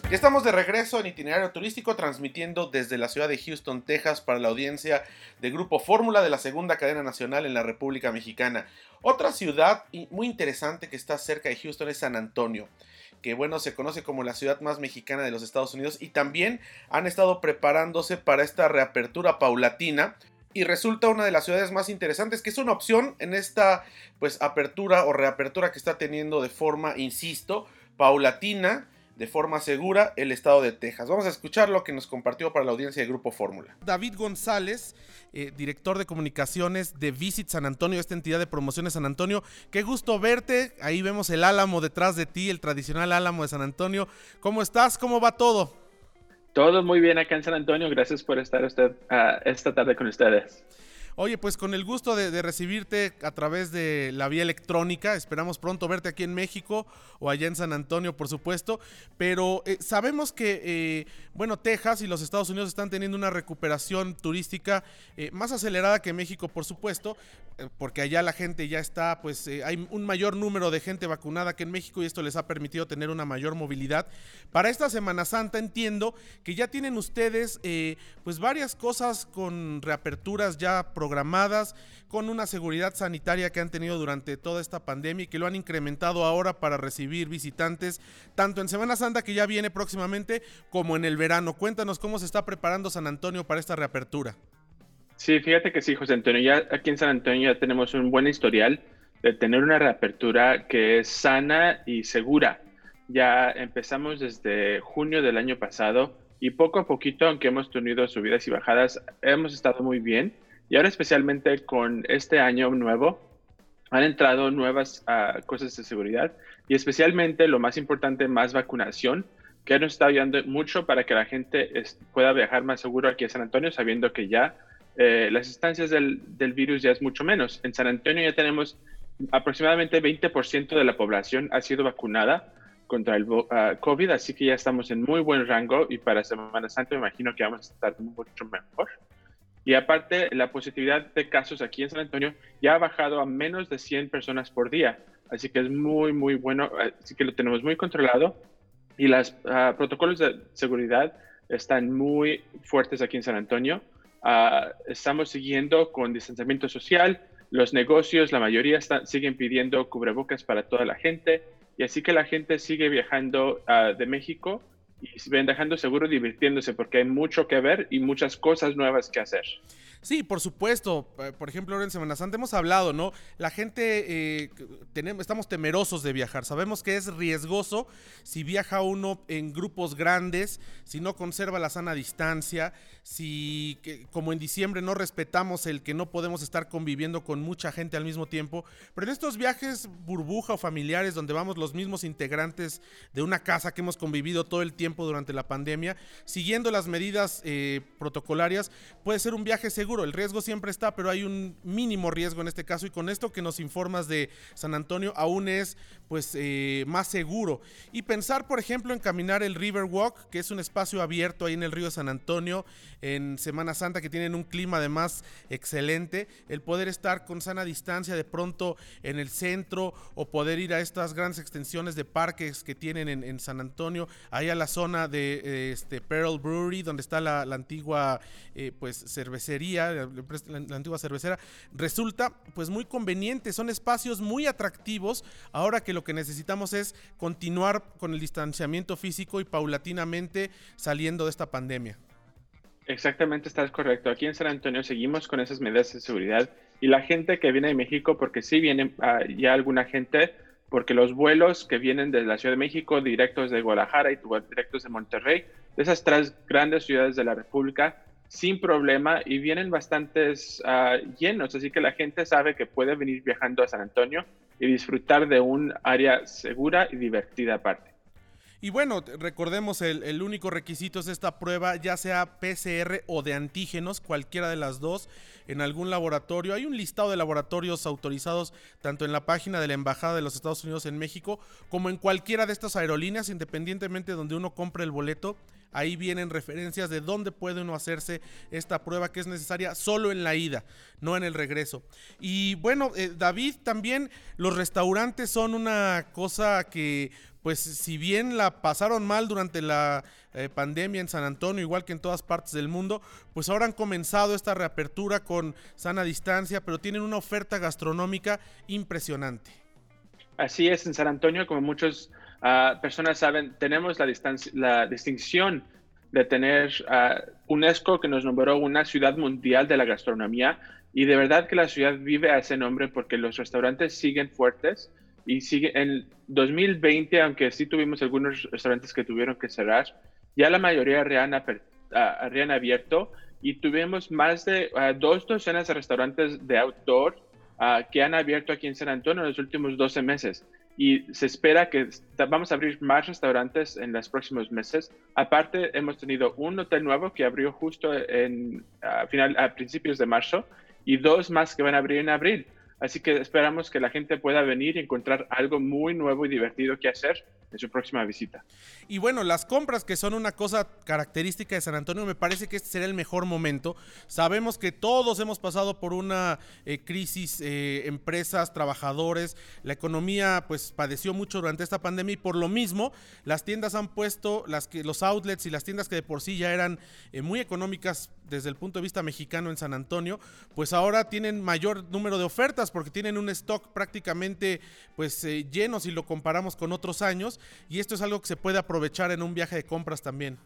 Ya estamos de regreso en Itinerario Turístico, transmitiendo desde la ciudad de Houston, Texas, para la audiencia de Grupo Fórmula de la segunda cadena nacional en la República Mexicana. Otra ciudad muy interesante que está cerca de Houston es San Antonio, que bueno, se conoce como la ciudad más mexicana de los Estados Unidos, y también han estado preparándose para esta reapertura paulatina. Y resulta una de las ciudades más interesantes, que es una opción en esta pues apertura o reapertura que está teniendo de forma, insisto, paulatina, de forma segura, el estado de Texas. Vamos a escuchar lo que nos compartió para la audiencia de Grupo Fórmula. David González, director de comunicaciones de Visit San Antonio, esta entidad de promociones San Antonio. Qué gusto verte. Ahí vemos el álamo detrás de ti, el tradicional álamo de San Antonio. ¿Cómo estás? ¿Cómo va todo? Todo muy bien acá en San Antonio. Gracias por estar esta tarde con ustedes. Oye, pues con el gusto de recibirte a través de la vía electrónica. Esperamos pronto verte aquí en México o allá en San Antonio, por supuesto. Pero sabemos que, bueno, Texas y los Estados Unidos están teniendo una recuperación turística más acelerada que México, por supuesto, porque allá la gente ya está, pues hay un mayor número de gente vacunada que en México, y esto les ha permitido tener una mayor movilidad. Para esta Semana Santa entiendo que ya tienen ustedes pues varias cosas con reaperturas ya programadas, con una seguridad sanitaria que han tenido durante toda esta pandemia y que lo han incrementado ahora para recibir visitantes, tanto en Semana Santa, que ya viene próximamente, como en el verano. Cuéntanos cómo se está preparando San Antonio para esta reapertura. Sí, fíjate que sí, José Antonio. Ya aquí en San Antonio ya tenemos un buen historial de tener una reapertura que es sana y segura. Ya empezamos desde junio del año pasado y poco a poquito, aunque hemos tenido subidas y bajadas, hemos estado muy bien. Y ahora especialmente con este año nuevo, han entrado nuevas cosas de seguridad y especialmente lo más importante, más vacunación, que nos está ayudando mucho para que la gente pueda viajar más seguro aquí a San Antonio, sabiendo que ya las instancias del virus ya es mucho menos. En San Antonio ya tenemos aproximadamente 20% de la población ha sido vacunada contra el COVID, así que ya estamos en muy buen rango y para Semana Santa me imagino que vamos a estar mucho mejor. Y aparte, la positividad de casos aquí en San Antonio ya ha bajado a menos de 100 personas por día, así que es muy, muy bueno, así que lo tenemos muy controlado y los protocolos de seguridad están muy fuertes aquí en San Antonio. Estamos siguiendo con distanciamiento social, los negocios, la mayoría siguen pidiendo cubrebocas para toda la gente, y así que la gente sigue viajando de México y se ven dejando seguro divirtiéndose porque hay mucho que ver y muchas cosas nuevas que hacer. Sí, por supuesto. Por ejemplo, ahora en Semana Santa hemos hablado, ¿no? La gente, estamos temerosos de viajar. Sabemos que es riesgoso si viaja uno en grupos grandes, si no conserva la sana distancia, si, como en diciembre, no respetamos el que no podemos estar conviviendo con mucha gente al mismo tiempo. Pero en estos viajes burbuja o familiares, donde vamos los mismos integrantes de una casa que hemos convivido todo el tiempo durante la pandemia, siguiendo las medidas protocolarias, puede ser un viaje seguro. El riesgo siempre está, pero hay un mínimo riesgo en este caso, y con esto que nos informas de San Antonio aún es pues más seguro. Y pensar, por ejemplo, en caminar el Riverwalk, que es un espacio abierto ahí en el río San Antonio en Semana Santa, que tienen un clima además excelente, el poder estar con sana distancia de pronto en el centro, o poder ir a estas grandes extensiones de parques que tienen en San Antonio, ahí a la zona de Pearl Brewery, donde está la antigua pues cervecería, la antigua cervecera. Resulta pues muy conveniente, son espacios muy atractivos ahora que lo que necesitamos es continuar con el distanciamiento físico y paulatinamente saliendo de esta pandemia. Exactamente, estás correcto. Aquí en San Antonio seguimos con esas medidas de seguridad y la gente que viene de México, porque sí viene ya alguna gente, porque los vuelos que vienen de la Ciudad de México, directos de Guadalajara y directos de Monterrey, de esas tres grandes ciudades de la República, sin problema, y vienen bastantes llenos, así que la gente sabe que puede venir viajando a San Antonio y disfrutar de un área segura y divertida aparte. Y bueno, recordemos, el único requisito es esta prueba, ya sea PCR o de antígenos, cualquiera de las dos, en algún laboratorio. Hay un listado de laboratorios autorizados tanto en la página de la Embajada de los Estados Unidos en México como en cualquiera de estas aerolíneas, independientemente de donde uno compre el boleto. Ahí vienen referencias de dónde puede uno hacerse esta prueba, que es necesaria solo en la ida, no en el regreso. Y bueno, David, también los restaurantes son una cosa que pues si bien la pasaron mal durante la pandemia en San Antonio, igual que en todas partes del mundo, pues ahora han comenzado esta reapertura con sana distancia, pero tienen una oferta gastronómica impresionante. Así es, en San Antonio, como muchas personas saben, tenemos la distinción de tener UNESCO, que nos nombró una ciudad mundial de la gastronomía, y de verdad que la ciudad vive a ese nombre porque los restaurantes siguen fuertes y sigue en 2020, aunque sí tuvimos algunos restaurantes que tuvieron que cerrar, ya la mayoría habían abierto, y tuvimos más de 2 docenas de restaurantes de outdoor que han abierto aquí en San Antonio en los últimos 12 meses. Y se espera que vamos a abrir más restaurantes en los próximos meses. Aparte, hemos tenido un hotel nuevo que abrió justo a principios de marzo, y 2 más que van a abrir en abril. Así que esperamos que la gente pueda venir y encontrar algo muy nuevo y divertido que hacer en su próxima visita. Y bueno, las compras, que son una cosa característica de San Antonio, me parece que este será el mejor momento. Sabemos que todos hemos pasado por una crisis, empresas, trabajadores, la economía pues padeció mucho durante esta pandemia, y por lo mismo las tiendas han puesto, los outlets y las tiendas que de por sí ya eran muy económicas desde el punto de vista mexicano en San Antonio, pues ahora tienen mayor número de ofertas porque tienen un stock prácticamente pues lleno si lo comparamos con otros años, y esto es algo que se puede aprovechar en un viaje de compras también.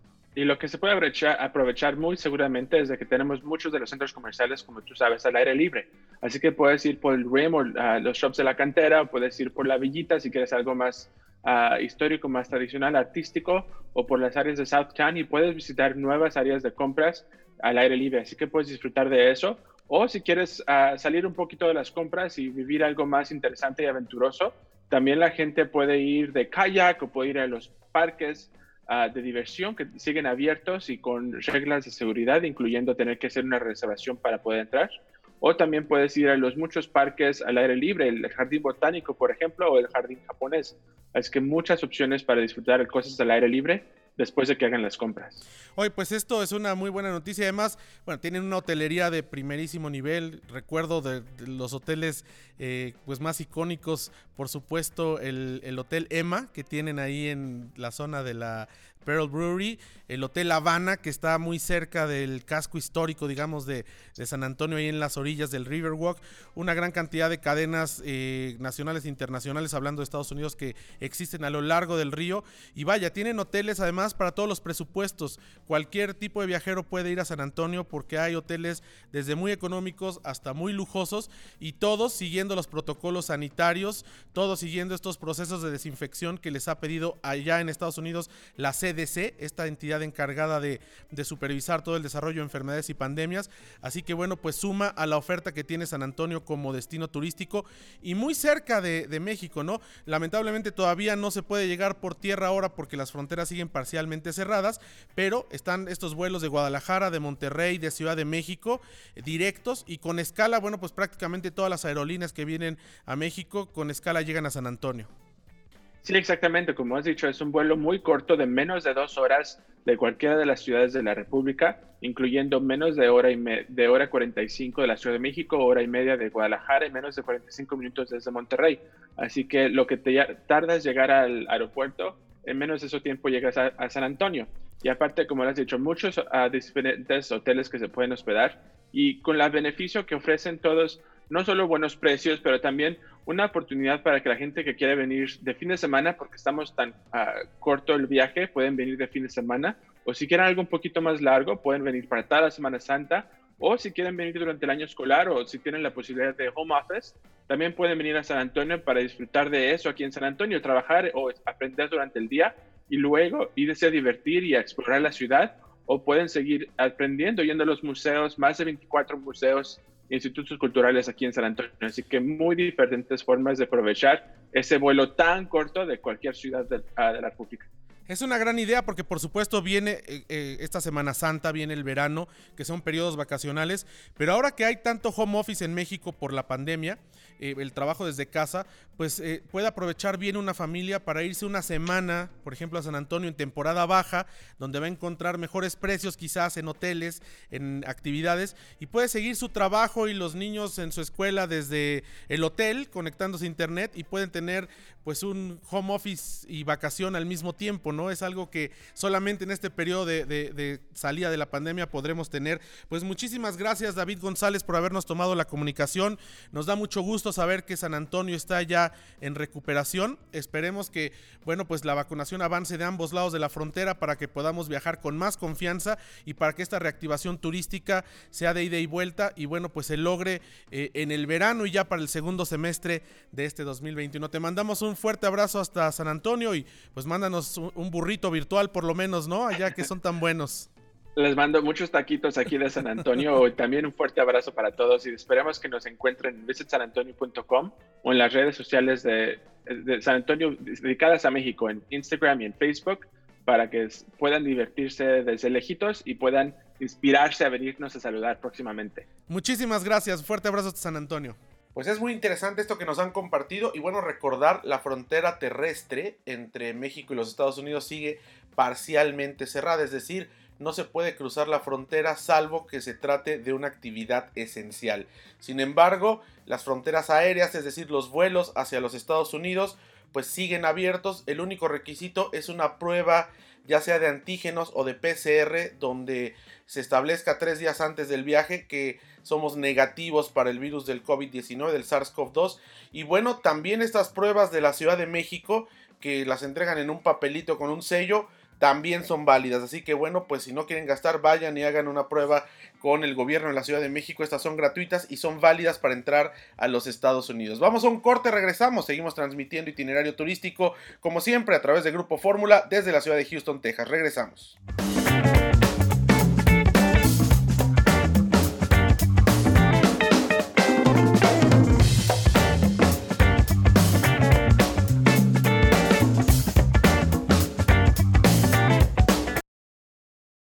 Y lo que se puede aprovechar muy seguramente es de que tenemos muchos de los centros comerciales, como tú sabes, al aire libre. Así que puedes ir por el Rim o los shops de la cantera, o puedes ir por la Villita si quieres algo más histórico, más tradicional, artístico, o por las áreas de Southtown, y puedes visitar nuevas áreas de compras al aire libre. Así que puedes disfrutar de eso. O si quieres salir un poquito de las compras y vivir algo más interesante y aventuroso, también la gente puede ir de kayak o puede ir a los parques de diversión que siguen abiertos y con reglas de seguridad, incluyendo tener que hacer una reservación para poder entrar. O también puedes ir a los muchos parques al aire libre, el jardín botánico, por ejemplo, o el jardín japonés. Así que muchas opciones para disfrutar de cosas al aire libre después de que hagan las compras. Oye, pues esto es una muy buena noticia. Además, bueno, tienen una hotelería de primerísimo nivel. Recuerdo de los hoteles pues más icónicos, por supuesto, el Hotel Emma, que tienen ahí en la zona de la Pearl Brewery, el Hotel Habana, que está muy cerca del casco histórico, digamos, de San Antonio, ahí en las orillas del Riverwalk, una gran cantidad de cadenas nacionales e internacionales, hablando de Estados Unidos, que existen a lo largo del río, y vaya, tienen hoteles además para todos los presupuestos. Cualquier tipo de viajero puede ir a San Antonio porque hay hoteles desde muy económicos hasta muy lujosos, y todos siguiendo los protocolos sanitarios, todos siguiendo estos procesos de desinfección que les ha pedido allá en Estados Unidos la CDC, esta entidad encargada de supervisar todo el desarrollo de enfermedades y pandemias. Así que bueno, pues suma a la oferta que tiene San Antonio como destino turístico y muy cerca de México, ¿no? Lamentablemente todavía no se puede llegar por tierra ahora porque las fronteras siguen parcialmente cerradas, pero están estos vuelos de Guadalajara, de Monterrey, de Ciudad de México, directos y con escala. Bueno, pues prácticamente todas las aerolíneas que vienen a México con escala llegan a San Antonio. Sí, exactamente. Como has dicho, es un vuelo muy corto de menos de 2 horas de cualquiera de las ciudades de la República, incluyendo menos de hora 45 de la Ciudad de México, hora y media de Guadalajara y menos de 45 minutos desde Monterrey. Así que lo que te tardas llegar al aeropuerto, en menos de ese tiempo llegas a San Antonio. Y aparte, como lo has dicho, muchos diferentes hoteles que se pueden hospedar, y con el beneficio que ofrecen todos, no solo buenos precios, pero también una oportunidad para que la gente que quiere venir de fin de semana, porque estamos tan corto el viaje, pueden venir de fin de semana, o si quieren algo un poquito más largo, pueden venir para toda la Semana Santa, o si quieren venir durante el año escolar, o si tienen la posibilidad de home office, también pueden venir a San Antonio para disfrutar de eso aquí en San Antonio, trabajar o aprender durante el día, y luego irse a divertir y a explorar la ciudad, o pueden seguir aprendiendo yendo a los museos, más de 24 museos, institutos culturales aquí en San Antonio. Así que muy diferentes formas de aprovechar ese vuelo tan corto de cualquier ciudad de la República. Es una gran idea porque por supuesto viene esta Semana Santa, viene el verano, que son periodos vacacionales, pero ahora que hay tanto home office en México por la pandemia, el trabajo desde casa, pues puede aprovechar bien una familia para irse una semana, por ejemplo a San Antonio en temporada baja, donde va a encontrar mejores precios quizás en hoteles, en actividades, y puede seguir su trabajo y los niños en su escuela desde el hotel, conectándose a internet, y pueden tener pues un home office y vacación al mismo tiempo, ¿no? Es algo que solamente en este periodo de salida de la pandemia podremos tener. Pues muchísimas gracias, David González, por habernos tomado la comunicación. Nos da mucho gusto saber que San Antonio está ya en recuperación. Esperemos que, bueno, pues la vacunación avance de ambos lados de la frontera para que podamos viajar con más confianza y para que esta reactivación turística sea de ida y vuelta y, bueno, pues se logre en el verano y ya para el segundo semestre de este 2021. Te mandamos un fuerte abrazo hasta San Antonio y pues mándanos un burrito virtual por lo menos, ¿no? Allá que son tan buenos. Les mando muchos taquitos aquí de San Antonio. También un fuerte abrazo para todos y esperemos que nos encuentren en visitsanantonio.com o en las redes sociales de San Antonio dedicadas a México, en Instagram y en Facebook, para que puedan divertirse desde lejitos y puedan inspirarse a venirnos a saludar próximamente. Muchísimas gracias. Fuerte abrazo hasta San Antonio. Pues es muy interesante esto que nos han compartido y bueno, recordar la frontera terrestre entre México y los Estados Unidos sigue parcialmente cerrada, es decir, no se puede cruzar la frontera salvo que se trate de una actividad esencial. Sin embargo, las fronteras aéreas, es decir, los vuelos hacia los Estados Unidos, pues siguen abiertos. El único requisito es una prueba ya sea de antígenos o de PCR, donde se establezca 3 días antes del viaje que somos negativos para el virus del COVID-19, del SARS-CoV-2. Y bueno, también estas pruebas de la Ciudad de México, que las entregan en un papelito con un sello, también son válidas. Así que bueno, pues si no quieren gastar, vayan y hagan una prueba con el gobierno de la Ciudad de México. Estas son gratuitas y son válidas para entrar a los Estados Unidos. Vamos a un corte, regresamos. Seguimos transmitiendo itinerario turístico, como siempre, a través de Grupo Fórmula desde la ciudad de Houston, Texas. Regresamos.